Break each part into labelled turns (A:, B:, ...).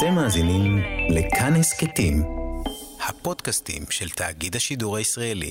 A: אתם מאזינים לכאן הסכתים, הפודקאסטים של תאגיד השידור הישראלי.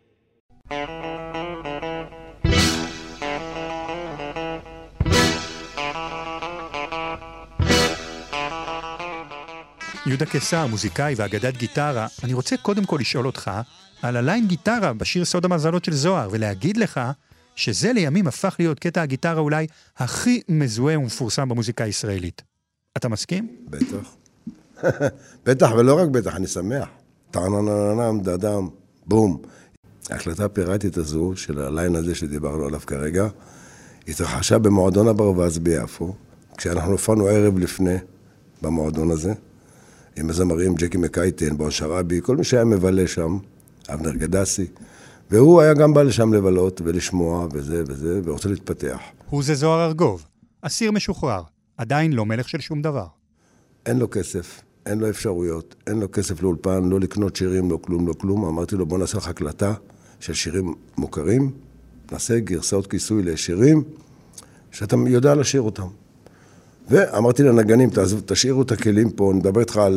B: יהודה קיסר, מוזיקאי ואגדת גיטרה, אני רוצה קודם כל לשאול אותך על הליין גיטרה בשיר סוד המזלות של זוהר, ולהגיד לך שזה לימים הפך להיות קטע הגיטרה אולי הכי מזוהה ומפורסם במוזיקה הישראלית. אתה מסכים?
C: בטח. בטח, ולא רק בטח, אני שמח. טעננננם, דדם, בום. ההחלטה הפיראטית הזו של הליין הזה שדיברנו עליו כרגע, התרחשה במועדון הברווז ביפו, כשאנחנו הופענו ערב לפני במועדון הזה, עם הזמרים ג'קי מקייטן, בון שרבי, כל מי שהיה מבלה שם, אבנר גדסי, והוא היה גם בא לשם לבלות ולשמוע וזה וזה, ורוצה להתפתח.
B: הוא זה זוהר ארגוב, אסיר משוחרר, עדיין לא מלך של שום דבר.
C: אין לו כסף, אין לו אפשרויות, אין לו כסף לאולפן, לא לקנות שירים, לא כלום, לא כלום. אמרתי לו, בוא נעשה לך הקלטה של שירים מוכרים, נעשה גרסאות כיסוי לשירים, שאתה יודע לשיר אותם. ואמרתי לנגנים, תשאירו את הכלים פה, נדבר איתך על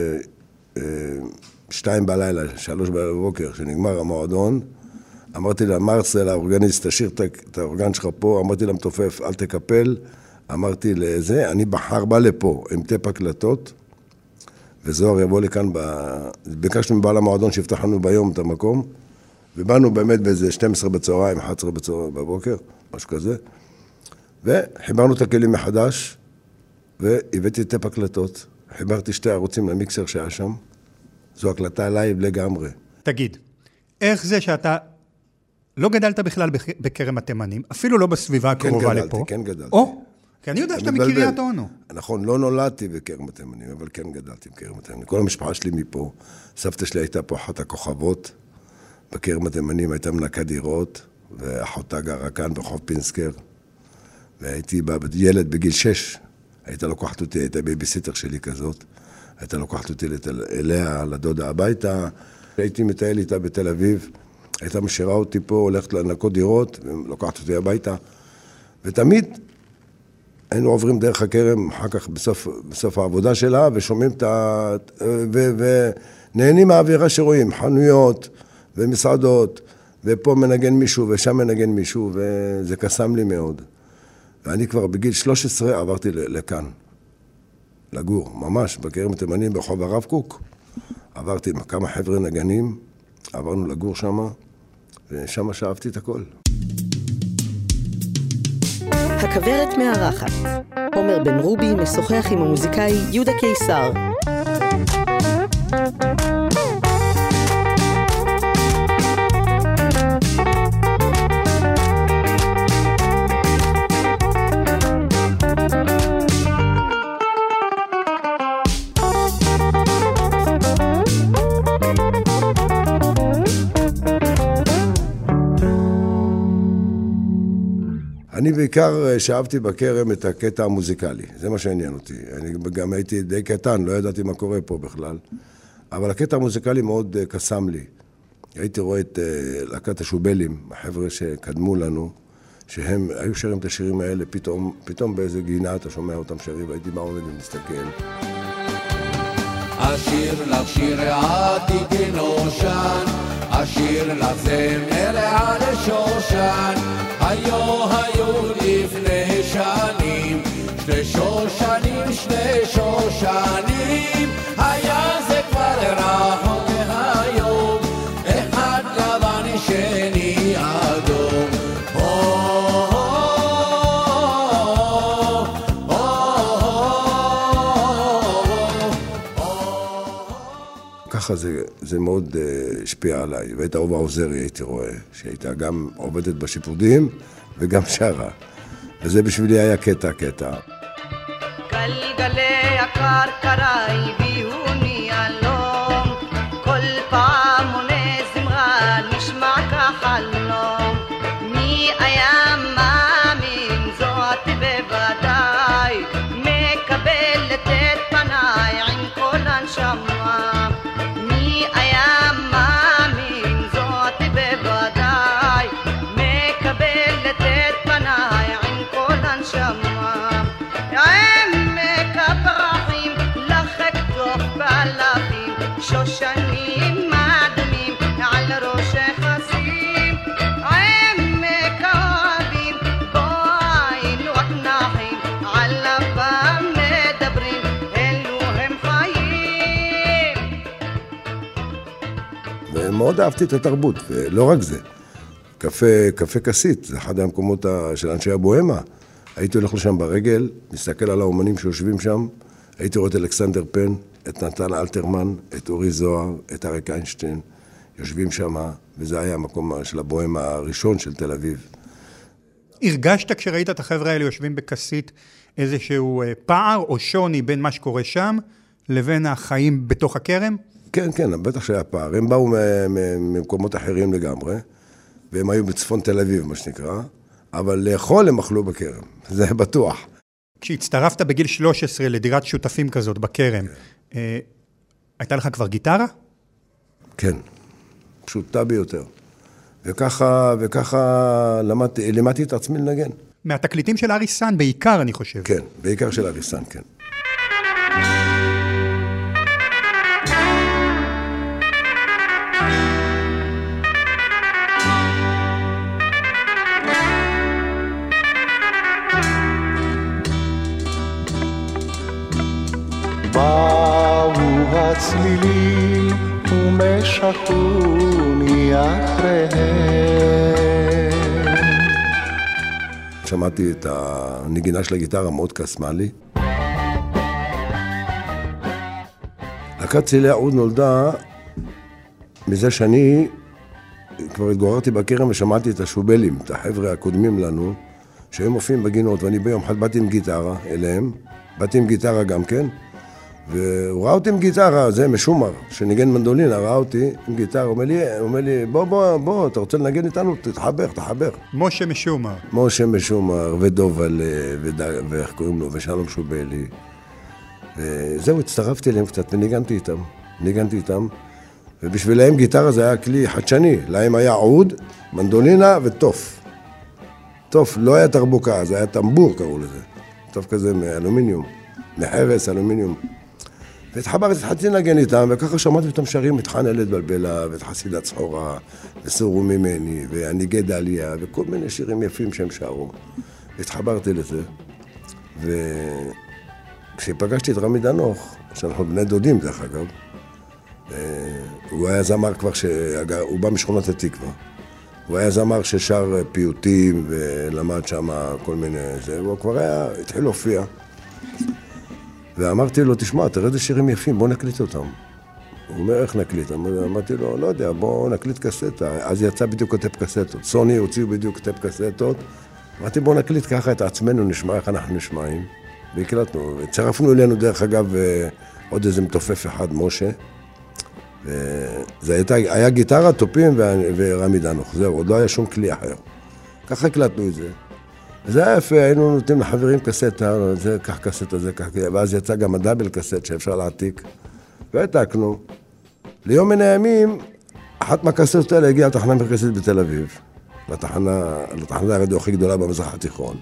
C: 2 בלילה, 3 בבוקר, שנגמר המועדון. אמרתי לה, מרסל, האורגניסט, תשאיר את האורגן שלך פה. אמרתי לה, מתופף, אל תקפל. אמרתי לזה, אני בחר בא לפה עם טפ הקלטות, וזוהר יבוא לכאן, ביקשנו מבעל המועדון שיפתח לנו ביום את המקום, ובאנו באמת באיזה 12 בצהריים, 11 בבוקר, משהו כזה, וחיברנו את הכלים מחדש, והבאתי טפ הקלטות, חיברתי 2 ערוצים למיקסר שהיה שם, זו הקלטה לייב לגמרי.
B: תגיד, איך זה שאתה לא גדלת בכלל בכרם התימנים, אפילו לא בסביבה הקרובה לפה?
C: כן גדלתי.
B: כי אני יודע שאתה מקריית אונו.
C: נכון, לא נולדתי בכרם התימנים, אבל כן גדלתי בכרם התימנים. כל המשפחה שלי מפה, סבתא שלי הייתה פה אחת הכוכבות, בכרם התימנים הייתה מנקה דירות, ואחותה גרה כאן בחוף פינסקר, והייתי ילד בגיל 6, הייתה לוקחת אותי, הייתה בייביסיטר שלי כזאת, הייתה לוקחת אותי אליה, לדודה הביתה, הייתי מטייל איתה בתל אביב, הייתה משאירה אותי פה, הולכת לנקות דירות, ולוקחת אותי הביתה, ותמיד היינו עוברים דרך הכרם, אחר כך בסוף העבודה שלה, ושומעים ונהנים מהאווירה שרואים, חנויות ומסעדות, ופה מנגן מישהו ושם מנגן מישהו, וזה קסם לי מאוד. ואני כבר בגיל 13 עברתי לכאן, לגור, ממש, בכרם התימנים, ברחוב הרב קוק. עברתי עם כמה חבר'ה נגנים, עברנו לגור שם, ושם שאהבתי את הכל.
D: הכברת מארחת. עומר בן רובי משוחח עם המוזיקאי יהודה קיסר.
C: אני בעיקר שאהבתי בכרם את הקטע המוזיקלי, זה מה שעניין אותי. אני גם הייתי די קטן, לא ידעתי מה קורה פה בכלל, אבל הקטע המוזיקלי מאוד קסם לי. הייתי רואה את להקת השובלים, החבר'ה שקדמו לנו, שהם היו שרים את השירים האלה, פתאום באיזה גינה אתה שומע אותם שרים, והייתי בעומד ומסתכל.
E: השיר לך שיר עתיק נושן, השיר לך זמר על שושן, היו לפני שנים, 2 שושנים, היה זה כבר רחוק היום, אחד לבן שני אדום.
C: ככה זה מאוד השפיע עליי, ואת אהובה עוזרי הייתי רואה, שהייתה גם עובדת בשיפודים וגם שרה, וזה בשבילי היה קטע.
F: גלגלי הקרקרה הביאוני אלום, כל פעם עונה זמרה נשמע כחלום, מי היה מאמין זאת בוודאי, מקבלת את פניי עם כל הנשמה, מי היה מאמין זאת בוודאי, מקבלת את פניי עם כל הנשמה, עמק הפרחים לך
C: ומאוד אהבתי את התרבות, ולא רק זה. קפה כסית, זה אחד המקומות של אנשי הבוהמה. הייתי הולך לשם ברגל, מסתכל על האומנים שיושבים שם, הייתי רואה את אלכסנדר פן, את נתן אלתרמן, את אורי זוהר, את אריק איינשטיין, יושבים שם, וזה היה המקום של הבוהמה הראשון של תל אביב.
B: הרגשת כשראית את החבר'ה האלה יושבים בכסית איזשהו פער או שוני בין מה שקורה שם לבין החיים בתוך הכרם?
C: כן, כן, בטח שהיה פער. הם באו ממקומות אחרים לגמרי, והם היו בצפון תל אביב, מה שנקרא, אבל לאכול הם אכלו בכרם, זה בטוח.
B: כשהצטרפת בגיל 13 לדירת שותפים כזאת בכרם, הייתה לך כבר גיטרה?
C: כן, פשוטה ביותר. וככה לימדתי את עצמי לנגן.
B: מהתקליטים של אריסן בעיקר, אני חושב.
C: כן, בעיקר של אריסן, כן.
G: באו הצלילים ומשכוני אחריהם.
C: שמעתי את הנגינה של הגיטרה, מאוד קסמה לי. להקת צלילי העוד נולדה מזה שאני כבר התגוררתי בכרם ושמעתי את השובלים, את החבר'ה הקודמים לנו, שהם מופיעים בגינות, ואני ביום אחד באתי עם גיטרה אליהם, באתי עם גיטרה גם כן, והוא ראה אותי עם גיטרה, זה משומר, שניגן מנדולינה, ראה אותי עם גיטרה, אומר לי, בוא, אתה רוצה לנגן איתנו? תחבר.
B: משה משומר.
C: משה משומר, ודובל, ואיך קוראים לו, ושלום שובלי. וזהו, הצטרפתי אליהם קצת, וניגנתי איתם, ובשבילהם גיטרה זה היה כלי חדשני, להם היה עוד, מנדולינה וטוף. טוף, לא היה תרבוקה, זה היה טמבור קראו לזה. טוף כזה מאלומיניום, מחרס, אלומיניום. התחלתי לנגן איתם, וככה שמעתי אותם שרים את חנה ילד בלבלה, ואת חסידת צחורה, וסורו ממני, והניגי דליה, וכל מיני שירים יפים שהם שרו. והתחברתי לזה. וכשפגשתי את רמי דנוך, שאנחנו בני דודים דרך אגב, הוא היה זמר כבר, הוא בא משכונת התקווה. הוא היה זמר ששר פיוטים, ולמד שם כל מיני זה, והוא כבר התחיל להופיע. ואמרתי לו, תשמע, תראה איזה שירים יפים, בוא נקליט אותם. הוא אומר, איך נקליט? אמרתי לו, לא יודע, בוא נקליט קסטה. אז יצא בדיוק כתב קסטות. סוני הוציאו בדיוק כתב קסטות. אמרתי, בוא נקליט ככה את עצמנו, נשמע איך אנחנו נשמעים. והקלטנו. וצרפנו אלינו, דרך אגב, עוד איזה מתופף אחד, משה. וזה היה גיטרה, טופים ורמי דנוך. זהו, עוד לא היה שום כלי אחר. ככה הקלטנו את זה. וזה היה יפה, היינו נותנים לחברים קסטה, זה כך קסטה, זה כך, ואז יצא גם הדאבל קסט שאפשר להעתיק, והעתקנו. ליום מן הימים, אחת מהקסטות האלה הגיעה לתחנה מרכזית בתל אביב, לתחנה הרדיו הכי גדולה במזרח התיכון.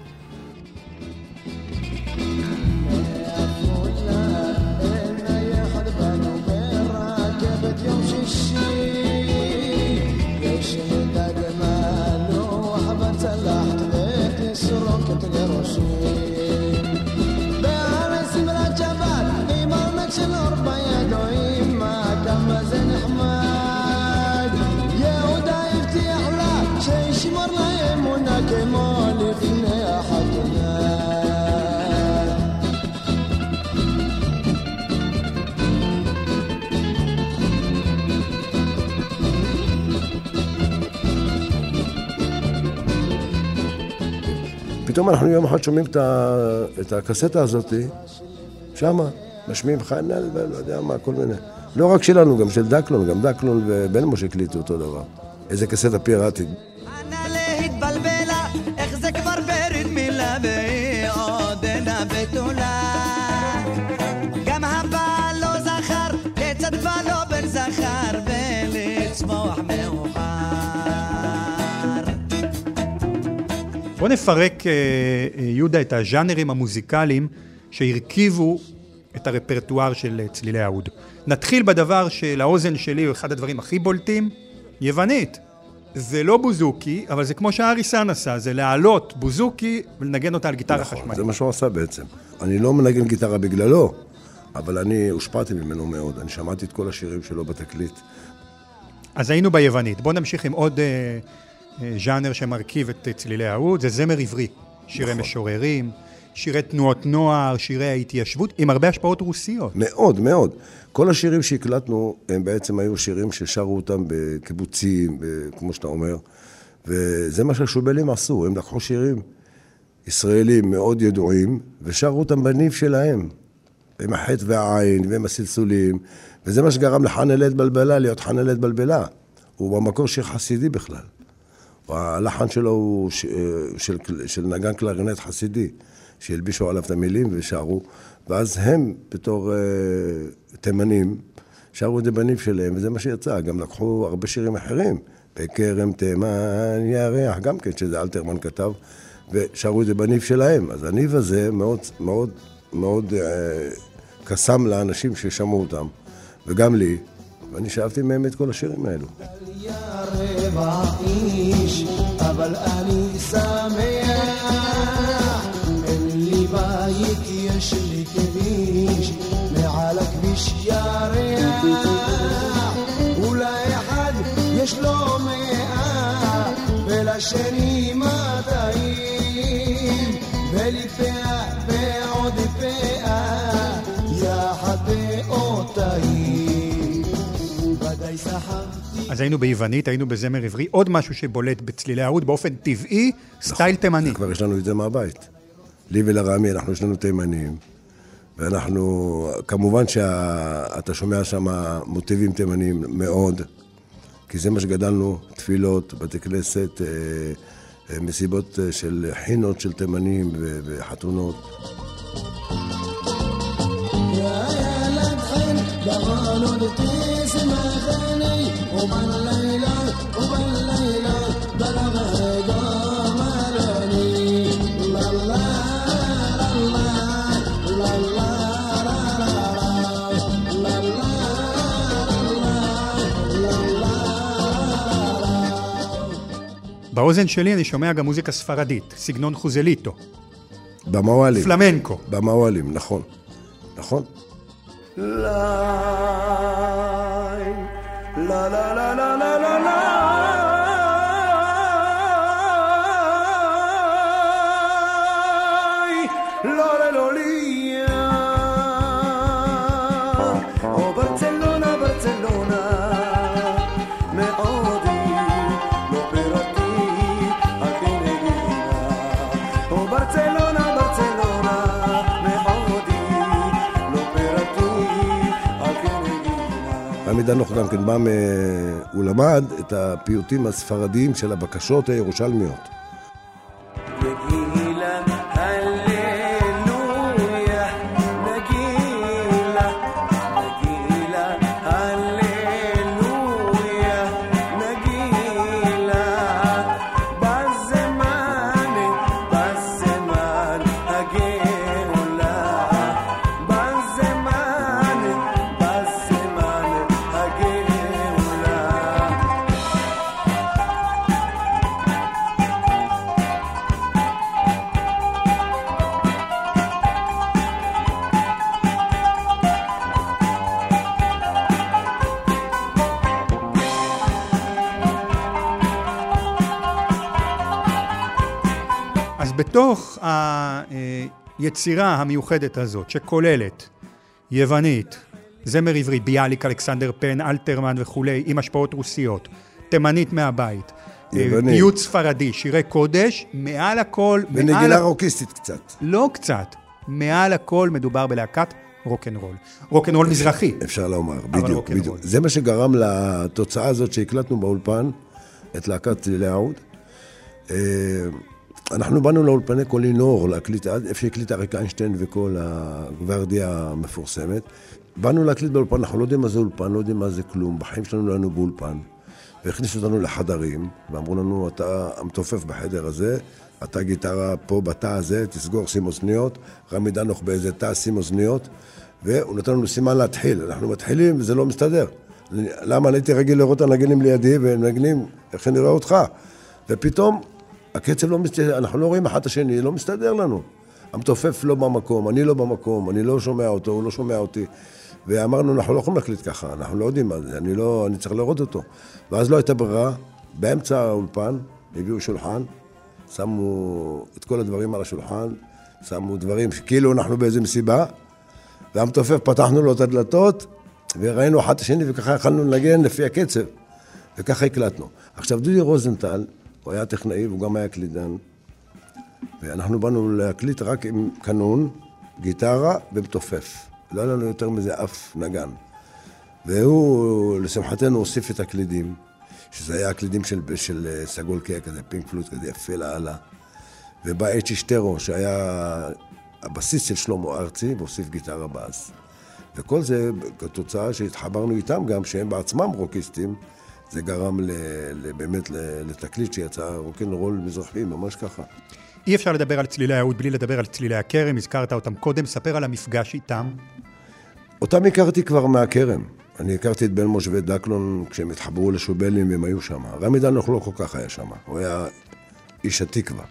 C: פתאום אנחנו יום אחד שומעים את הקסטה הזאת, שמה, משמיעים חנל ולא יודע מה, כל מיני. לא רק שלנו, גם של דקלון, גם דקלון ובן משה הקליטו אותו דבר. איזה קסטה פיראטית.
E: אנא להתבלבלה, איך זה כבר ברד מילה והיא עודנה בתולה. גם הבעל לא זכר, לצד בעלו בן זכר, ולצמוח מאוחר.
B: בוא נפרק, יהודה, את הז'אנרים המוזיקליים שהרכיבו את הרפרטואר של צלילי העוד. נתחיל בדבר שלאוזן שלי הוא אחד הדברים הכי בולטים, יוונית. זה לא בוזוקי, אבל זה כמו שהאריסן עשה, זה להעלות בוזוקי ולנגן אותה על גיטרה חשמלית.
C: זה מה שהוא עשה בעצם. אני לא מנגן גיטרה בגללו, אבל אני הושפעתי ממנו מאוד. אני שמעתי את כל השירים שלו בתקליט.
B: אז היינו ביוונית. בואו נמשיך עם עוד ז'אנר שמרכיב את צלילי העוד, זה זמר עברי. שירי משוררים, שירי תנועות נוער, שירי ההתיישבות, עם הרבה השפעות רוסיות.
C: מאוד, מאוד. כל השירים שהקלטנו, הם בעצם היו שירים ששרו אותם בקיבוצים, כמו שאתה אומר, וזה מה שהשובלים עשו. הם לקחו שירים ישראלים מאוד ידועים, ושרו אותם בניב שלהם, עם החטא והעין, ועם הסלסולים, וזה מה שגרם לחנלת בלבלה, להיות חנלת בלבלה. הוא במקור שיר חסידי בכלל. והלחן שלו הוא של נגן קלרינט חסידי, שהלבישו עליו את המילים ושרו, ואז הם בתור תימנים, שרו את זה בניב שלהם, וזה מה שיצא. גם לקחו הרבה שירים אחרים, בכרם תימן ירח, גם כן, שזה אלתרמן כתב, ושרו את זה בניב שלהם. אז הניב הזה מאוד, מאוד, מאוד קסם לאנשים ששמעו אותם, וגם לי, ואני שאהבתי מהם את כל השירים האלו. אבל אני שמח, אין לי בית, יש לי כביש, מעל הכביש ירח, אולי אחד יש לו 100, ולשני 200, ולי פאה ועוד פאה, יחד באותיים, ודאי סחבתי.
B: אז היינו ביוונית, היינו בזמר עברי, עוד משהו שבולט בצלילי העוד, באופן טבעי, סטייל תימני.
C: כבר יש לנו את זה מהבית. לי ולרמי, אנחנו יש לנו תימנים, ואנחנו, כמובן שאתה שומע שם מוטיבים תימנים מאוד, כי זה מה שגדלנו, תפילות, בתי כנסת, מסיבות של חינות של תימנים וחתונות.
B: באוזן שלי אני שומע גם מוזיקה ספרדית, סגנון חוזליטו.
C: במוואלים.
B: פלמנקו.
C: במוואלים, נכון. נכון. תמיד אנוך גם כן בא, הוא למד את הפיוטים הספרדיים של הבקשות הירושלמיות.
B: בתוך היצירה המיוחדת הזאת, שכוללת יוונית, זמר עברי, ביאליק, אלכסנדר פן, אלתרמן וכולי, עם השפעות רוסיות, תימנית מהבית, פיוט ספרדי, שירי קודש, מעל הכל...
C: ונגינה רוקיסטית קצת.
B: לא קצת, מעל הכל מדובר בלהקת רוק'נ'רול. רוק'נ'רול מזרחי.
C: אפשר לומר, בדיוק. זה מה שגרם לתוצאה הזאת שהקלטנו באולפן, את להקת צלילי העוד. אנחנו באנו לאולפני קולינור, להקליט, איפה שהקליט אריק איינשטיין וכל הגוורדיה המפורסמת. באנו להקליט באולפן, אנחנו לא יודעים מה זה אולפן, לא יודעים מה זה כלום, בחיים שלנו לא היינו באולפן. והכניסו אותנו לחדרים, ואמרו לנו, אתה המתופף בחדר הזה, אתה גיטרה פה בתא הזה, תסגור שים אוזניות, רמי דנוך באיזה תא שים אוזניות, והוא נתן לנו סימן להתחיל. אנחנו מתחילים וזה לא מסתדר. למה? אני הייתי רגיל לראות הנגנים לידי, והם נגנים, איך שנראה אותך. ופתאום, הקצב לא מסתדר, אנחנו לא רואים אחד השני, לא מסתדר לנו. המתופף לא במקום, אני לא במקום, אני לא שומע אותו, הוא לא שומע אותי. ואמרנו, אנחנו לא יכולים להקליט ככה, אנחנו לא יודעים מה זה, אני צריך לראות אותו. ואז לא הייתה ברירה, באמצע האולפן, הביאו שולחן, שמו את כל הדברים על השולחן, שמו דברים שכאילו אנחנו באיזה מסיבה, והמתופף פתחנו לו את הדלתות, וראינו אחד השני, וככה יכלנו לנגן לפי הקצב, וככה הקלטנו. עכשיו, דודי רוזנטל, הוא היה טכנאי, והוא גם היה קלידן, ואנחנו באנו להקליט רק עם קנון, גיטרה ומתופף. לא היה לנו יותר מזה אף נגן. והוא, לשמחתנו, הוסיף את הקלידים, שזה היה הקלידים של סגול קיה, כזה פינק פלוט, כזה יפה לאללה. ובא אצ'י שטרו, שהיה הבסיס של שלמה ארצי, והוסיף גיטרה באז. וכל זה, כתוצאה שהתחברנו איתם גם, שהם בעצמם רוקיסטים, זה גרם באמת לתקליט שיצא רוקנרול מזרחי, ממש ככה.
B: אי אפשר לדבר על צלילי העוד בלי לדבר על צלילי הכרם, הזכרת אותם קודם, ספר על המפגש איתם.
C: אותם הכרתי כבר מהכרם. אני הכרתי את בן משה ודקלון כשהם התחברו לשובלים והם היו שם. רמי דנוך לא כל כך היה שם, הוא היה איש התקווה.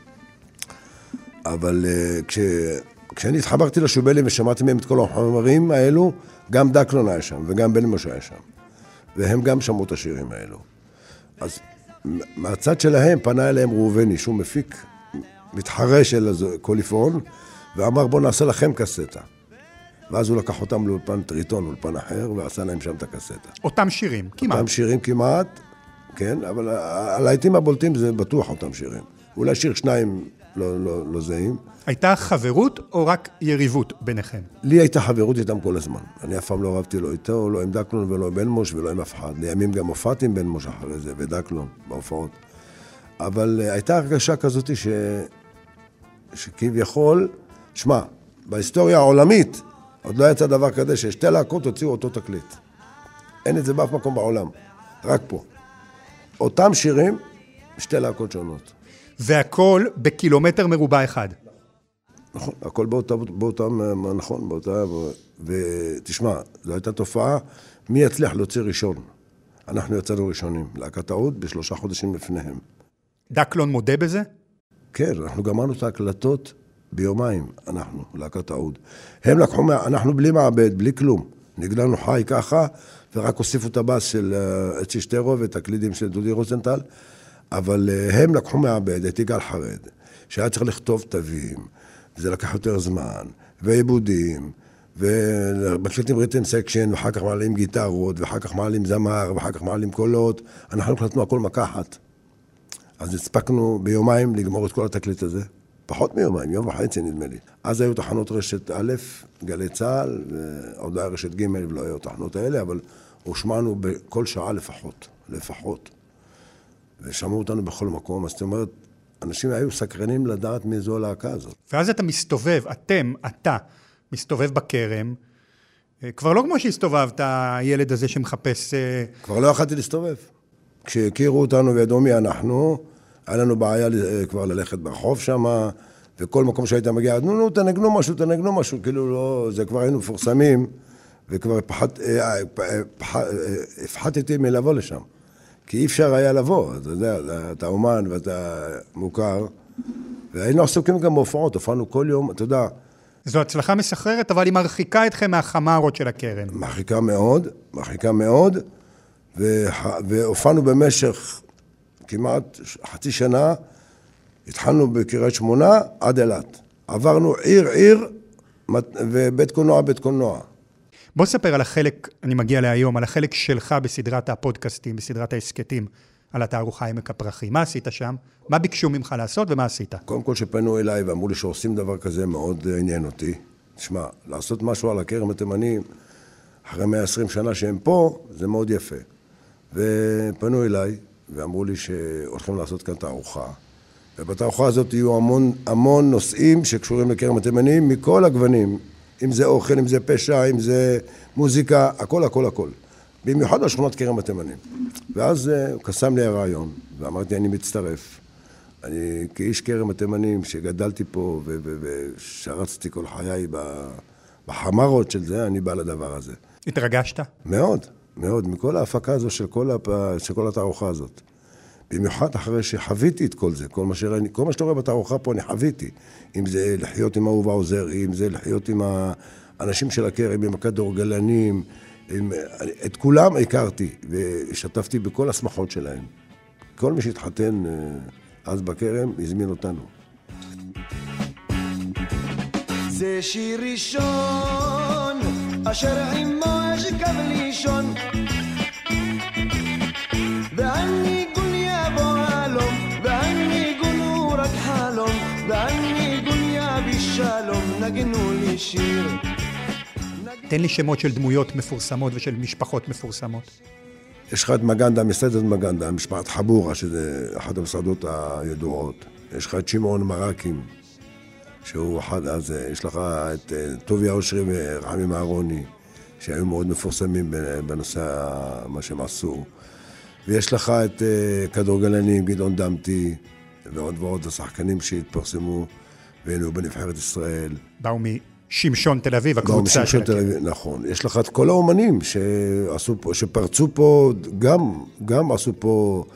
C: אבל כשאני התחברתי לשובלים ושמעתי מהם את כל החומרים האלו, גם דקלון היה שם וגם בן משה היה שם. והם גם שמעו את השירים האלו. אז מהצד שלהם פנה אליהם ראובני, שהוא מפיק מתחרה של קוליפון, ואמר בוא נעשה לכם קסטה. ואז הוא לקח אותם לאולפן טריטון, אולפן אחר, ועשה להם שם את הקסטה.
B: אותם שירים, כמעט.
C: אותם שירים כמעט, כן, אבל הלהיטים הבולטים זה בטוח אותם שירים. אולי שיר שניים לא זהים. הייתה
B: חברות או רק יריבות ביניכם?
C: לי הייתה חברות איתם כל הזמן. אני אף פעם לא רבתי לו איתו, לא עם דקלון ולא עם בן מוש ולא עם אף אחד. לימים גם הופעתי עם בן מוש אחרי זה, ודקלון בהופעות. אבל הייתה הרגשה כזאת שכביכול, שמע, בהיסטוריה העולמית, עוד לא יצא דבר כזה ששתי להקות הוציאו אותו תקליט. אין את זה באף מקום בעולם, רק פה. אותם שירים, שתי להקות שונות.
B: והכל בקילומטר מרובע אחד.
C: נכון, הכל באותם, נכון, ותשמע, זו הייתה תופעה, מי יצליח להוציא ראשון? אנחנו יצאנו ראשונים, להקת העוד ב3 חודשים לפניהם.
B: דקלון מודה בזה?
C: כן, אנחנו גמרנו את ההקלטות ביומיים, אנחנו, להקת העוד. הם לקחו, אנחנו בלי מעבד, בלי כלום. נגדנו חי ככה, ורק הוסיפו את הבאס של אצ'י שטרו ואת הקלידים של דודי רוזנטל, אבל הם לקחו מעבד את יגאל חרד, שהיה צריך לכתוב תווים, וזה לקח יותר זמן, ועיבודים, ומקלטים ריתם סקשן, ואחר כך מעלים גיטרות, ואחר כך מעלים זמר, ואחר כך מעלים קולות, אנחנו הקלטנו הכל מקחת. אז הספקנו ביומיים לגמור את כל התקליט הזה, פחות מיומיים, יום וחצי נדמה לי. אז היו תחנות רשת א', גלי צהל, ועוד היה רשת ג' ולא היו תחנות האלה, אבל הושמענו בכל שעה לפחות. ושמעו אותנו בכל מקום, אז זאת אומרת, אנשים היו סקרנים לדעת מי זו הלהקה הזאת.
B: ואז אתה מסתובב, אתה מסתובב בכרם, כבר לא כמו שהסתובבת, הילד הזה שמחפש...
C: כבר לא יכולתי להסתובב. כשהכירו אותנו וידעו מי אנחנו, היה לנו בעיה כבר ללכת ברחוב שם, וכל מקום שהיית מגיע, תנגנו משהו, כאילו לא, זה כבר היינו מפורסמים, וכבר הפחדתי מלבוא לשם. כי אי אפשר היה לבוא, אתה יודע, אתה אומן ואתה מוכר, והיינו עסוקים גם בהופעות, הופענו כל יום, אתה יודע.
B: זו הצלחה מסחררת, אבל היא מרחיקה אתכם מהחמרות של הקרן.
C: מרחיקה מאוד, והופענו במשך כמעט חצי שנה, התחלנו בקריית שמונה עד אילת. עברנו עיר, ובית קולנוע.
B: בוא ספר על החלק, אני מגיע להיום, על החלק שלך בסדרת הפודקאסטים, בסדרת העסקתים, על התערוכה עמק הפרחים. מה עשית שם? מה ביקשו ממך לעשות ומה עשית?
C: קודם כל שפנו אליי ואמרו לי שעושים דבר כזה מאוד עניין אותי. תשמע, לעשות משהו על הכרם התימני, אחרי 120 שנה שהם פה, זה מאוד יפה. ופנו אליי ואמרו לי שהולכים לעשות כאן תערוכה. ובתערוכה הזאת יהיו המון נושאים שקשורים לכרם התימני מכל הגוונים. אם זה אוכל, אם זה פשע, אם זה מוזיקה, הכל. במיוחד על שכונת כרם התימנים. ואז הוא קסם לי הרעיון, ואמרתי, אני מצטרף. אני כאיש כרם התימנים שגדלתי פה ושרצתי כל חיי בחמרות של זה, אני בא לדבר הזה.
B: התרגשת?
C: מאוד, מכל ההפקה הזו של כל התערוכה הזאת. במיוחד אחרי שחוויתי את כל זה, כל מה שאתה רואה בתערוכה פה אני חוויתי. אם זה לחיות עם אהובה עוזרי, אם זה לחיות עם אנשים של הכרם, עם הכדורגלנים, את כולם הכרתי, והשתתפתי בכל השמחות שלהם. כל מי שהתחתן אז בכרם, הזמין אותנו.
H: זה שיר ראשון, אשר עמו אשכב לישון, והניגון יבוא הלום, והניגון הוא רק חלום, והניגון יביא שלום, נגנו לי שיר.
B: תן לי שמות של דמויות מפורסמות ושל משפחות מפורסמות.
C: יש לך את מגנדה, מסעדת מגנדה, משפחת חבורה, שזה אחת המסעדות הידועות. יש לך את שמעון מרקים, שהוא אחד, אז יש לך את טוביה אושרי ורחמים אהרוני, שהיו מאוד מפורסמים בנושא מה שהם עשו. ויש לך את כדורגלנים, גדעון דמתי, ועוד ועוד השחקנים שהתפרסמו, והיינו בנבחרת ישראל.
B: באו משמשון תל אביב, הקבוצה של הכרם.
C: נכון. יש לך את כל האומנים שפרצו פה, גם עשו פה,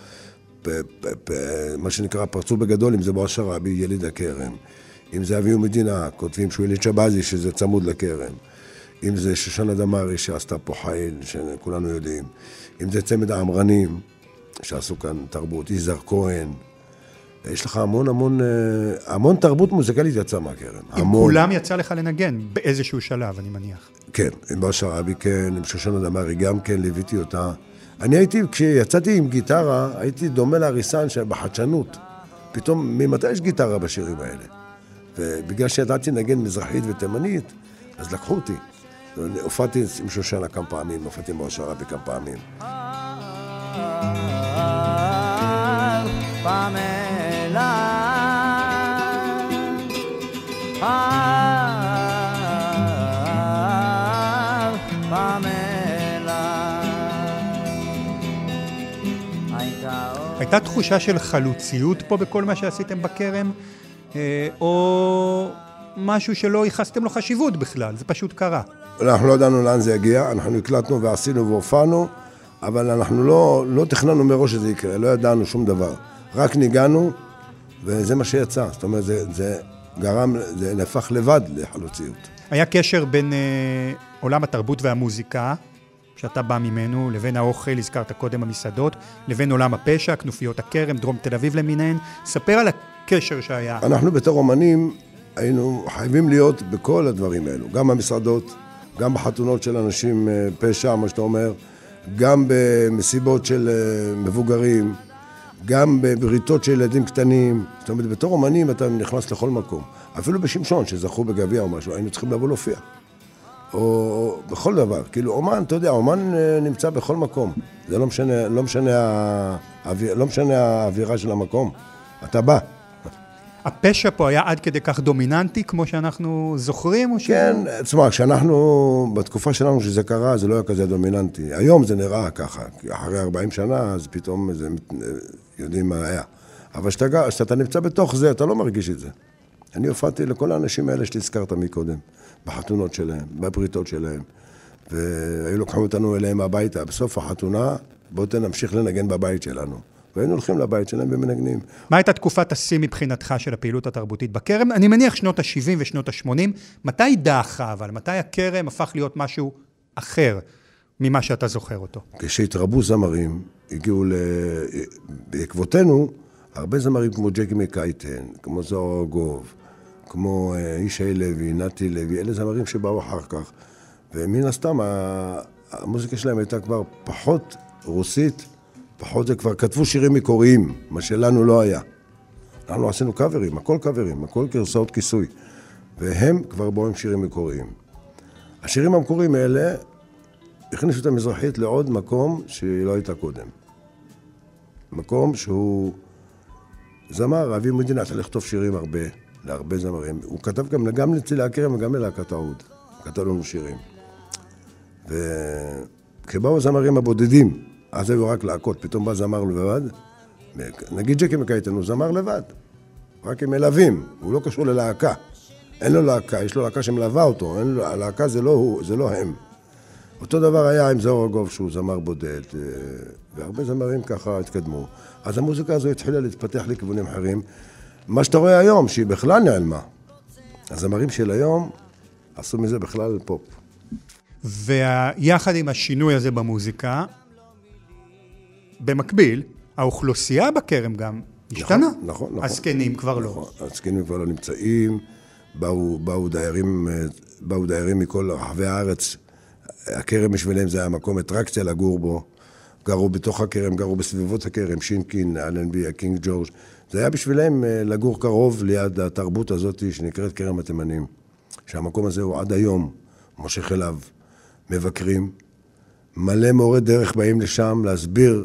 C: מה שנקרא, פרצו בגדול, אם זה בועז שרעבי, יליד הכרם. אם זה אביהו מדינה, כותבים שהוא יליד שבזי, שזה צמוד לכרם. אם זה שושנה דמארי, שעשתה פה חיל, שכולנו יודעים. אם זה צמד האמרנים, שעשו כאן תרבות, יזהר כהן. יש לך המון תרבות מוזיקלית יצא מהכרם.
B: עם כולם יצא לך לנגן באיזשהו שלב, אני מניח.
C: כן, עם בועז שרעבי כן, עם שושנה דמארי גם כן, ליוויתי אותה. אני הייתי, כשיצאתי עם גיטרה, הייתי דומה להריסן בחדשנות. פתאום, ממתי יש גיטרה בשירים האלה? ובגלל שידעתי נגן מזרחית ותימנית, אז לקחו אותי. הופעתי עם שושנה כמה פעמים, הופעתי עם בועז שרעבי כמה פעמים.
B: הייתה תחושה של חלוציות פה בכל מה שעשיתם בכרם, או משהו שלא ייחסתם לו חשיבות בכלל, זה פשוט קרה.
C: אנחנו לא ידענו לאן זה יגיע, אנחנו הקלטנו ועשינו והופענו, אבל אנחנו לא תכננו מראש שזה יקרה, לא ידענו שום דבר. רק ניגענו, וזה מה שיצא. זאת אומרת, זה נהפך לבד לחלוציות.
B: היה קשר בין עולם התרבות והמוזיקה, שאתה בא ממנו, לבין האוכל, הזכרת קודם המסעדות, לבין עולם הפשע, כנופיות הכרם, דרום תל אביב למיניהן. ספר על הקשר שהיה.
C: אנחנו בתור אומנים היינו חייבים להיות בכל הדברים האלו, גם במסעדות, גם בחתונות של אנשים פשע, מה שאתה אומר, גם במסיבות של מבוגרים, גם בבריתות של ילדים קטנים. זאת אומרת, בתור אומנים אתה נכנס לכל מקום. אפילו בשמשון, שזכו בגביע או משהו, היינו צריכים לבוא להופיע. או בכל דבר. כאילו, אומן, אתה יודע, אומן נמצא בכל מקום. זה לא משנה האווירה של המקום. אתה בא.
B: הפשע פה היה עד כדי כך דומיננטי, כמו שאנחנו זוכרים?
C: כן, תשמע, כשאנחנו, בתקופה שלנו שזה קרה, זה לא היה כזה דומיננטי. היום זה נראה ככה, כי אחרי 40 שנה, אז פתאום יודעים מה היה. אבל כשאתה נמצא בתוך זה, אתה לא מרגיש את זה. אני הופעתי לכל האנשים האלה שתזכרת מקודם, בחתונות שלהם, בבריתות שלהם, והיו לוקחים אותנו אליהם הביתה. בסוף החתונה, בואו נמשיך לנגן בבית שלנו. והיינו הולכים לבית שלהם ומנגנים.
B: מה הייתה תקופת השיא מבחינתך של הפעילות התרבותית בכרם? אני מניח שנות ה-70 ושנות ה-80. מתי דעכה, אבל מתי הכרם הפך להיות משהו אחר ממה שאתה זוכר אותו?
C: כשהתרבו זמרים, הגיעו בעקבותינו, הרבה זמרים כמו ג'קי מקייטן, כמו זוהר ארגוב, כמו ישי לוי, נתי לוי, אלה זמרים שבאו אחר כך. ומן הסתם, המוזיקה שלהם הייתה כבר פחות רוסית, פחות זה כבר כתבו שירים מקוריים, מה שלנו לא היה. אנחנו עשינו קאברים, הכל גרסאות כיסוי. והם כבר באו עם שירים מקוריים. השירים המקוריים האלה הכניסו את המזרחית לעוד מקום שהיא לא הייתה קודם. מקום שהוא זמר, אביב מדינה, אתה לכתוב שירים להרבה זמרים. הוא כתב גם לצילי הכרם וגם ללהקת העוד. הוא כתב לנו שירים. וכשבאו הזמרים הבודדים, אז היו רק להקות, פתאום בא זמר לבד. נגיד ג'קי מקייטן, הוא זמר לבד. רק עם מלווים, הוא לא קשור ללהקה. אין לו להקה, יש לו להקה שמלווה אותו, הלהקה זה לא הם. אותו דבר היה עם זוהר ארגוב, שהוא זמר בודד, והרבה זמרים ככה התקדמו. אז המוזיקה הזו התחילה להתפתח לכיוונים אחרים. מה שאתה רואה היום, שהיא בכלל נעלמה. הזמרים של היום, עשו מזה בכלל פופ.
B: ויחד עם השינוי הזה במוזיקה, במקביל, האוכלוסייה בכרם גם השתנה.
C: נכון.
B: הזקנים כבר לא.
C: נכון, הזקנים כבר לא נמצאים, באו דיירים מכל רחבי הארץ. הכרם בשבילם זה היה מקום אטרקציה לגור בו. גרו בתוך הכרם, גרו בסביבות הכרם, שינקין, אלנבי, הקינג ג'ורג'. זה היה בשבילם לגור קרוב ליד התרבות הזאת שנקראת כרם התימנים. שהמקום הזה הוא עד היום מושך אליו מבקרים. מלא מורי דרך באים לשם להסביר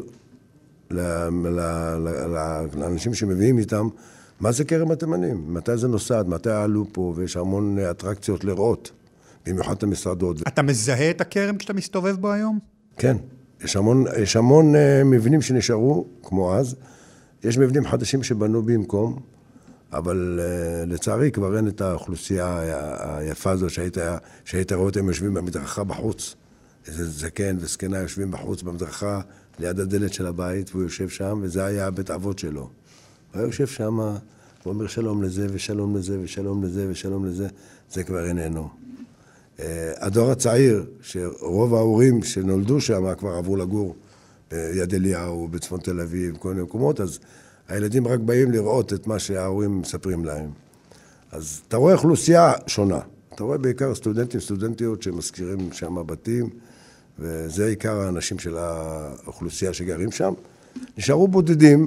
C: לאנשים שמביאים איתם מה זה כרם התימנים, מתי זה נוסד, מתי עלו פה, ויש המון אטרקציות לראות, במיוחד את המסעדות.
B: אתה מזהה את הכרם כשאתה מסתובב בו היום?
C: כן, יש המון מבנים שנשארו, כמו אז. יש מבנים חדשים שבנו במקום, אבל לצערי כבר אין את האוכלוסייה היפה הזו שהיית רואה אותם יושבים במדרכה בחוץ. איזה זקן וזקנה יושבים בחוץ במדרכה ליד הדלת של הבית, והוא יושב שם, וזה היה בית אבות שלו. הוא היה יושב שם, הוא אומר שלום לזה ושלום לזה ושלום לזה ושלום לזה, זה כבר איננו. הדור הצעיר, שרוב ההורים שנולדו שם כבר עברו לגור ביד אליהו, בצפון תל אביב, כל מיני מקומות, אז הילדים רק באים לראות את מה שההורים מספרים להם. אז אתה רואה אוכלוסייה שונה. אתה רואה בעיקר סטודנטים, סטודנטיות שמזכירים שם בתים, וזה עיקר האנשים של האוכלוסייה שגרים שם. נשארו בודדים,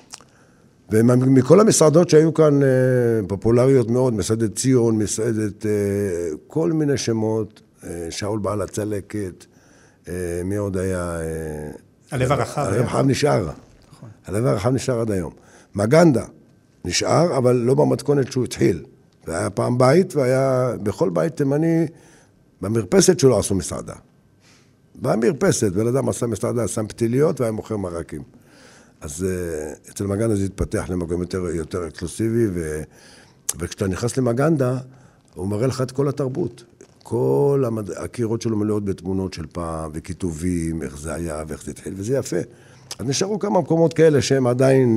C: ומכל המסעדות שהיו כאן פופולריות מאוד, מסעדת ציון, מסעדת כל מיני שמות, שאול בעל הצלקת, מי עוד היה?
B: הלב הרחב.
C: הלב הרחב נשאר. הלב הרחב נשאר עד היום. מגנדה נשאר, אבל לא במתכונת שהוא התחיל. והיה פעם בית, והיה בכל בית תימני, במרפסת שלו עשו מסעדה. במרפסת, בן אדם עשה מסעדה, שם פתיליות, והיה מוכר מרקים. אז אצל מגנדה זה התפתח למקום יותר אקסקלוסיבי, וכשאתה נכנס למגנדה, הוא מראה לך את כל התרבות. כל הקירות שלו מלאות בתמונות של פעם, וכיתובים, איך זה היה ואיך זה התחיל, וזה יפה. אז נשארו כמה מקומות כאלה שהם עדיין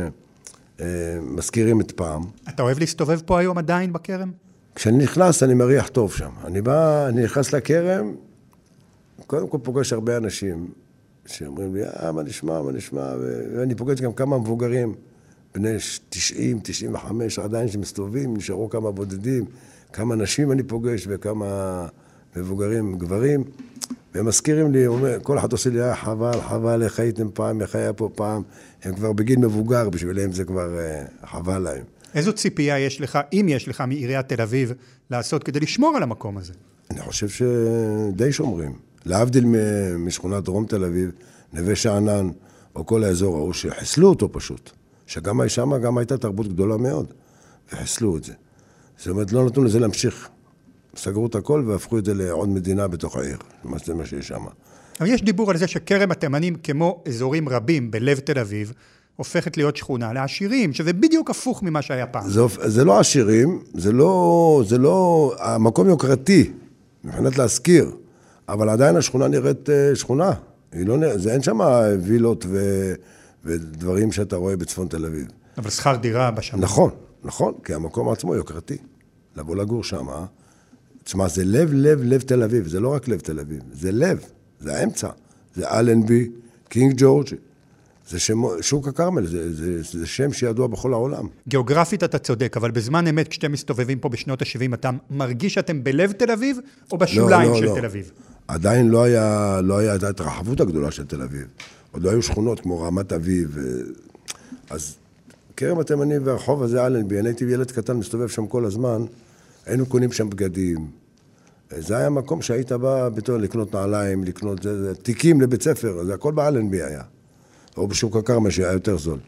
C: מזכירים את פעם.
B: אתה אוהב להסתובב פה היום עדיין בכרם?
C: כשאני נכנס, אני מריח טוב שם. אני נכנס לכרם, קודם כל פוגש הרבה אנשים שאומרים לי, מה נשמע, ואני פוגש גם כמה מבוגרים, בני 90, 95, עדיין שמסתובבים, נשארו כמה בודדים, כמה נשים אני פוגש וכמה מבוגרים, גברים, והם מזכירים לי, כל אחד עושה לי, חבל, איך הייתם פעם, איך היה פה פעם, הם כבר בגיל מבוגר, בשבילם זה כבר חבל להם.
B: איזו ציפייה יש לך, אם יש לך מעיריית תל אביב, לעשות כדי לשמור על המקום הזה?
C: אני חושב שדי שומרים. להבדיל משכונת דרום תל אביב, נווה שאנן, או כל האזור ההוא, שחסלו אותו פשוט. שגם שם גם הייתה תרבות גדולה מאוד, וחסלו את זה. זאת אומרת, לא נתנו לזה להמשיך. סגרו את הכל והפכו את זה לעוד מדינה בתוך העיר. זה מה שיש שם.
B: אבל יש דיבור על זה שכרם התימנים, כמו אזורים רבים בלב תל אביב, הופכת להיות שכונה לעשירים, שזה בדיוק הפוך ממה שהיה פעם.
C: זה לא עשירים, זה לא המקום יוקרתי, מבחינת להזכיר, אבל עדיין השכונה נראית שכונה. אין שם וילות ודברים שאתה רואה בצפון תל אביב.
B: אבל שכר דירה בשם.
C: נכון, כי המקום עצמו יוקרתי. לבוא לגור שם, תשמע, זה לב תל אביב, זה לא רק לב תל אביב, זה לב, זה האמצע, זה אלנבי, קינג ג'ורג', זה שוק הכרמל, זה שם שידוע בכל העולם.
B: גיאוגרפית אתה צודק, אבל בזמן אמת כשאתם מסתובבים פה בשנות ה-70, אתה מרגיש שאתם בלב תל אביב, או בשוליים של תל אביב?
C: עדיין לא היה את ההתרחבות הגדולה של תל אביב. עוד לא היו שכונות כמו רמת אביב. אז כרם התימני והרחוב הזה אלנבי, אני הייתי ילד קטן, מסתובב שם כל הזמן, היינו קונים שם בגדים. זה היה מקום שהיית בא בתור לקנות נעליים, לקנות תיקים לבית ספר, זה הכל באלנבי היה. או בשוק הכרמל שהיה יותר זול.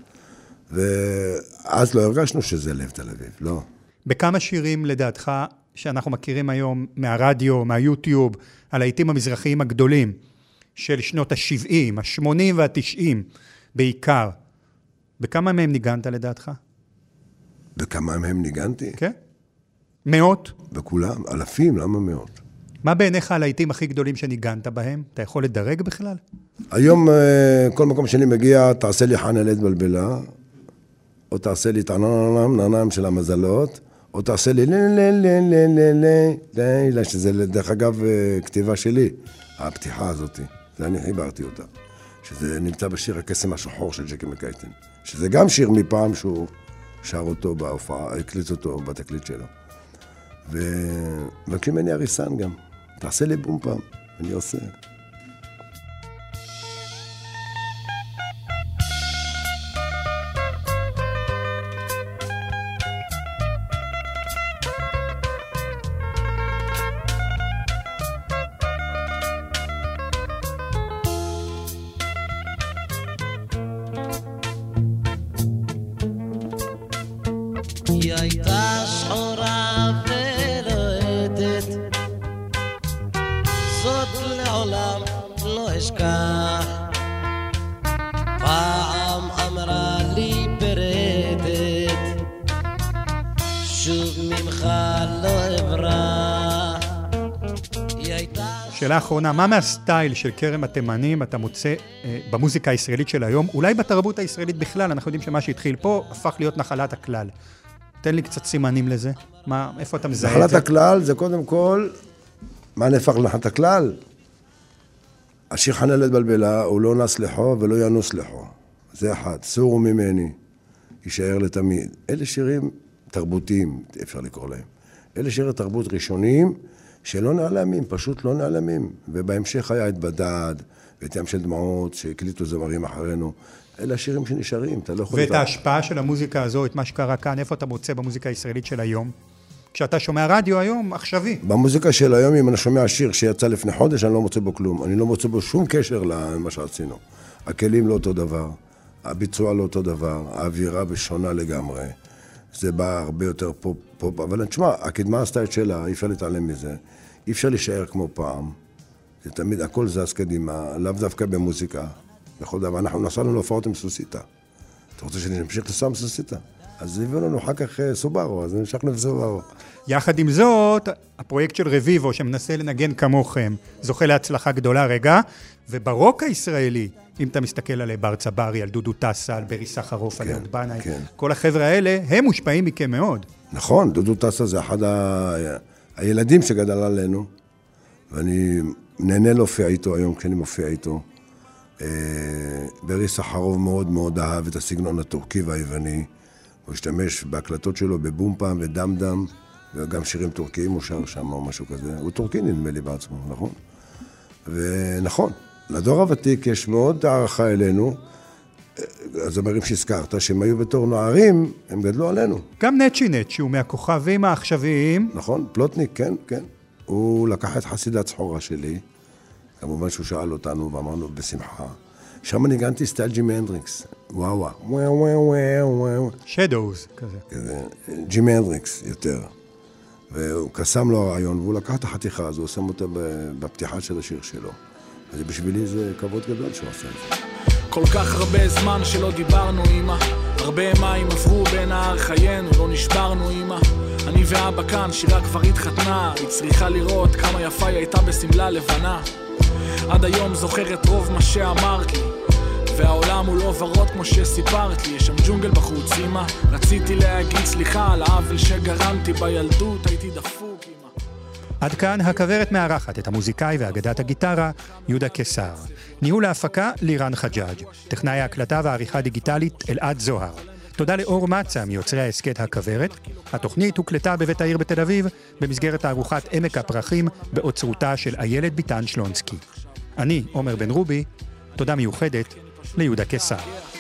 C: ואז לא הרגשנו שזה לב תל אביב, לא.
B: בכמה שירים לדעתך שאנחנו מכירים היום מהרדיו, מהיוטיוב, על העיתים המזרחיים הגדולים של שנות ה-70, ה-80 וה-90 בעיקר, בכמה מהם ניגנת לדעתך?
C: בכמה מהם ניגנתי?
B: כן. מאות?
C: בכולם, אלפים, למה מאות?
B: מה בעיניך על העיתים הכי גדולים שניגנת בהם? אתה יכול לדרג בכלל?
C: היום, כל מקום שאני מגיע, תעשה לי חנה לית בלבלה, או תעשה לי תעננם של המזלות, או תעשה לי שזה דרך אגב כתיבה שלי, הפתיחה הזאת, זה אני חיברתי אותה, שזה נמצא בשיר הקסם השחור של ג'קי מקייטן, שזה גם שיר מפעם שהוא שר אותו בהופעה, הקליט אותו בתקליט שלו. ומבקשים ממני אריסן גם, תעשה לי בום פעם, אני עושה.
I: היא הייתה שחורה ולוהטת, זאת לעולם לא אשכח. פעם אמרה לי ברטט, שוב ממך לא אברח. היא הייתה...
B: שאלה אחרונה, מה מהסטייל של כרם התימנים אתה מוצא במוזיקה הישראלית של היום? אולי בתרבות הישראלית בכלל, אנחנו יודעים שמה שהתחיל פה הפך להיות נחלת הכלל. תן לי קצת סימנים לזה. איפה אתה מזהה את זה?
C: נחלת הכלל זה קודם כל, מה נהפך לנחלת הכלל? השיר חנלת בלבלה, הוא לא נס לחו ולא ינוס לחו. זה אחד, סורו ממני, יישאר לתמיד. אלה שירים תרבותיים, אפשר לקרוא להם. אלה שירי תרבות ראשונים שלא נעלמים, פשוט לא נעלמים. ובהמשך היה את בדד, ואת ים של דמעות, שהקליטו זמרים אחרינו. אלה השירים שנשארים, אתה לא יכול...
B: ואת ההשפעה של המוזיקה הזו, את מה שקרה כאן, איפה אתה מוצא במוזיקה הישראלית של היום? כשאתה שומע רדיו היום, עכשווי.
C: במוזיקה של היום, אם אני שומע שיר שיצא לפני חודש, אני לא מוצא בו כלום. אני לא מוצא בו שום קשר למה שעשינו. הכלים לא אותו דבר, הביצוע לא אותו דבר, האווירה בשונה לגמרי. זה בא הרבה יותר פופ, אבל תשמע, הקדמה עשתה את שלה, אי אפשר להתעלם מזה. אי אפשר להישאר כמו פעם. זה תמיד, הכל זז קדימה, לאו דווקא במוזיקה. בכל דבר, אנחנו נסענו להופעות עם סוסיטה. אתה רוצה שנמשיך לנסוע עם סוסיטה? אז הביאו לנו אחר כך סוברו, אז נמשכנו בסוברו.
B: יחד עם זאת, הפרויקט של רביבו, שמנסה לנגן כמוכם, זוכה להצלחה גדולה רגע, וברוק הישראלי, אם אתה מסתכל על בר צברי, על דודו טסה, על ברי סחרוף, על יוד בנאי, כל החבר'ה האלה, הם מושפעים מכם מאוד.
C: נכון, דודו טסה זה אחד הילדים שגדל עלינו, ואני נהנה להופיע איתו היום כשאני מופיע איתו. ברי סחרוף מאוד מאוד אהב את הסגנון הטורקי והיווני, הוא השתמש בהקלטות שלו בבום פעם ודם דם, וגם שירים טורקיים הוא שר שם או משהו כזה. הוא טורקי נדמה לי בעצמו, נכון? ונכון, לדור הוותיק יש מאוד הערכה אלינו, הזמרים שהזכרת, שהם היו בתור נוערים, הם גדלו עלינו.
B: גם נצ'ינט, שהוא מהכוכבים העכשוויים.
C: נכון, פלוטניק, כן, כן. הוא לקח את חסידת סחורה שלי, כמובן שהוא שאל אותנו ואמרנו בשמחה. שם ניגנתי סטייל ג'ימי הנדריקס. וואו וואו.
B: שדוז כזה.
C: ג'ימי הנדריקס יותר. והוא קסם לו הרעיון, והוא לקח את החתיכה הזו, הוא שם אותה בפתיחה של השיר שלו. אז בשבילי זה כבוד גדול שהוא עושה את זה.
J: כל כך הרבה זמן שלא דיברנו אמא, הרבה מים עברו בין נהר חיינו, לא נשברנו אמא. אני ואבא כאן, שירה כבר התחתנה, היא צריכה לראות כמה יפה היא הייתה בסמלה לבנה. עד היום זוכרת רוב מה שאמרת לי, והעולם הוא לא ורוד כמו שסיפרת לי. יש שם ג'ונגל בחוץ אמא, רציתי להגיד סליחה על העוול שגרמתי בילדות, הייתי דפוק אמא.
B: עד כאן הכוורת מארחת את המוזיקאי ואגדת הגיטרה יהודה קיסר. ניהול ההפקה לירן חג'אג', טכנאי ההקלטה והעריכה דיגיטלית אלעד זוהר. תודה לאור מצה מיוצרי ההסכת הכוורת. התוכנית הוקלטה בבית העיר בתל אביב במסגרת תערוכת עמק הפרחים באוצרותה של איילת ביטן שלונסקי. אני עומר בן רובי, תודה מיוחדת ליהודה קיסר.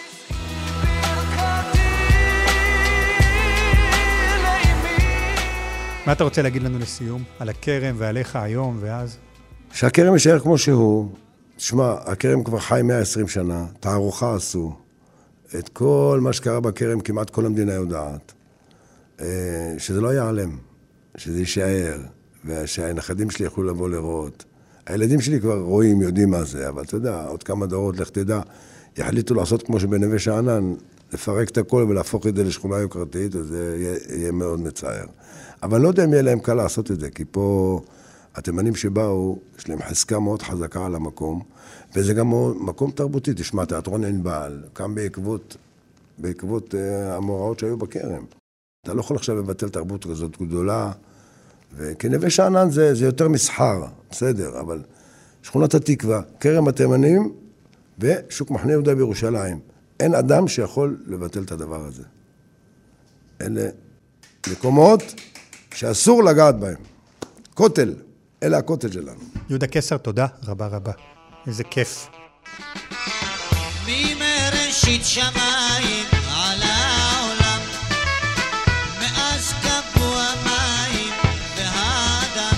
B: מה אתה רוצה להגיד לנו לסיום על הכרם ועליך היום ואז?
C: שהכרם יישאר כמו שהוא. תשמע, הכרם כבר חי 120 שנה, תערוכה עשו. את כל מה שקרה בכרם כמעט כל המדינה יודעת. שזה לא ייעלם, שזה יישאר, ושהנכדים שלי יכולו לבוא לראות. הילדים שלי כבר רואים, יודעים מה זה, אבל אתה יודע, עוד כמה דורות, לך תדע, יחליטו לעשות כמו שבנווה שאנן, לפרק את הכל ולהפוך את זה לשכונה יוקרתית, אז זה יהיה מאוד מצער. אבל לא יודע אם יהיה להם קל לעשות את זה, כי פה התימנים שבאו, יש להם חזקה מאוד חזקה על המקום, וזה גם מקום תרבותי. תשמע, תיאטרון ענבל, קם בעקבות המאורעות שהיו בכרם. אתה לא יכול עכשיו לבטל תרבות כזאת גדולה, וכי נווה שאנן זה יותר מסחר, בסדר, אבל שכונת התקווה, כרם התימנים ושוק מחנה יהודה בירושלים. אין אדם שיכול לבטל את הדבר הזה. אלה מקומות שאסור לגעת בהם. כותל, אלה הכותל שלנו.
B: יהודה קסר, תודה רבה רבה. איזה כיף.
K: ממראשית שמיים על העולם, מאז קבעו המים והאדם,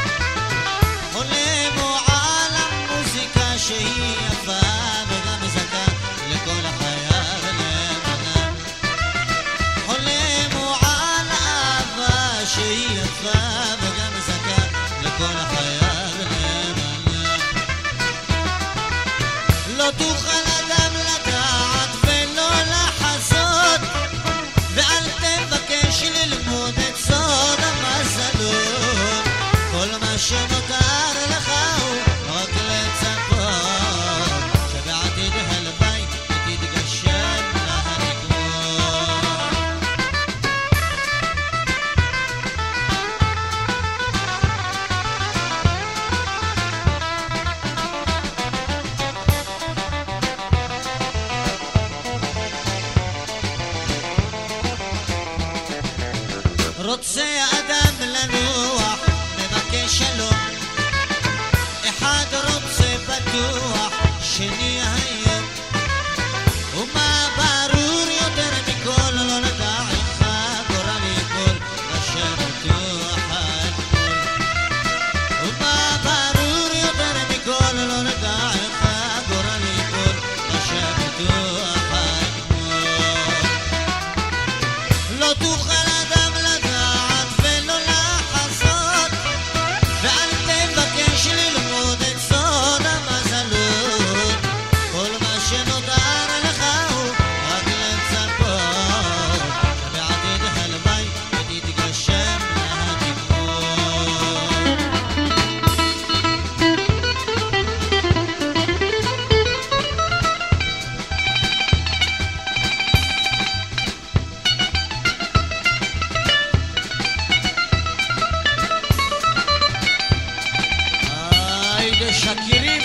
K: עולמו על המוזיקה שהיא יפה וגם מזכה לכל החיה ולמנה. עולמו על האהבה שהיא יפה וגם מזכה לכל החיה ולמנה. לא תוכל אדם לדעת ולא לחזות, ואל תבקש ללמוד את סוד המזלות. כל מה שנותר לך הוא רק לצפות, שבעתיד הלוואי תתגשם להנקמות. רוצה האדם לנוח, מבקש שלום, אחד רוצה בטוח, שני היה, ומה ברור יותר מכל, לא נדע איך גורל ייפול, אשר בטוח הגבול. ומה ברור יותר מכל, לא נדע איך גורל ייפול, אשר בטוח הגבול. לא תוכל אדם לדעת ולא לחזות, ואל תבקש ללמוד את סוד המזלות. כל מה שנותר לך הוא רק לצפות, שבעתיד הלוואי תתגשם להנקמות. היידה שקירים,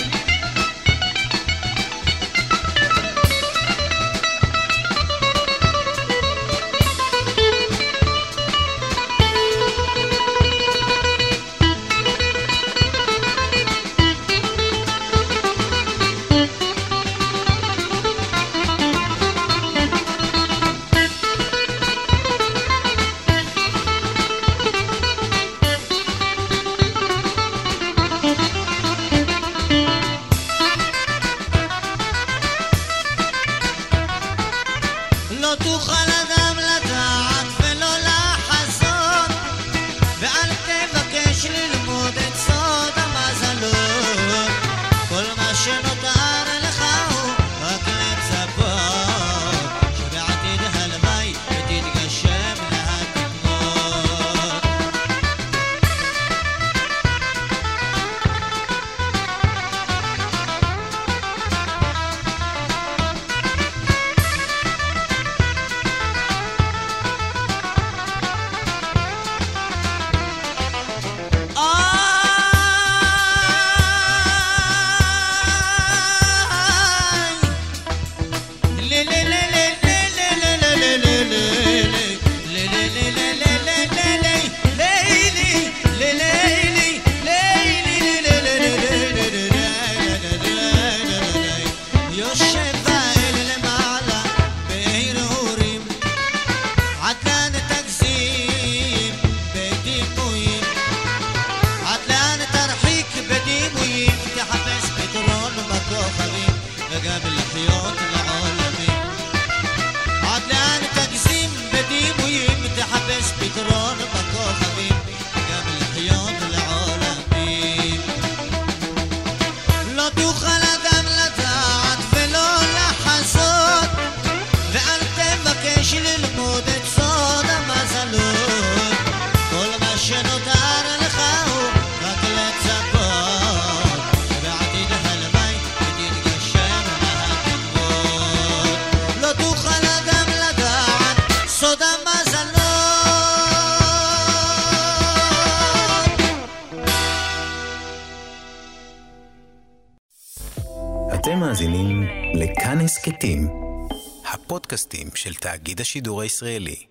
K: לא תוכל אדם לדעת ולא לחזות, ואל תבקש ללמוד את סוד המזלות. כל מה שנותר לך הוא רק לצפות, שבעתיד הלוואי תתגשם להנקמות. יושב האל למעלה בהרהורים, עד לאן תגזים בדימויים, עד לאן תרחיק בדימויים, תחפש פתרון בכוכבים וגם לחיות לעולמים. עד לאן תגזים בדימויים, תחפש פתרון בכוכבים וגם לחיות לעולמים. לא תוכל אדם לדעת ולא לחזות, ואל תבקש ללמוד את סוד המזלות. כל מה שנותר לך הוא רק לצפות, שבעתיד הלוואי תתגשם להנקמות. לא תוכל אדם לדעת סוד המזלות.
A: מאזינים לכאן הסכתים, הפודקאסטים של תאגיד השידור הישראלי.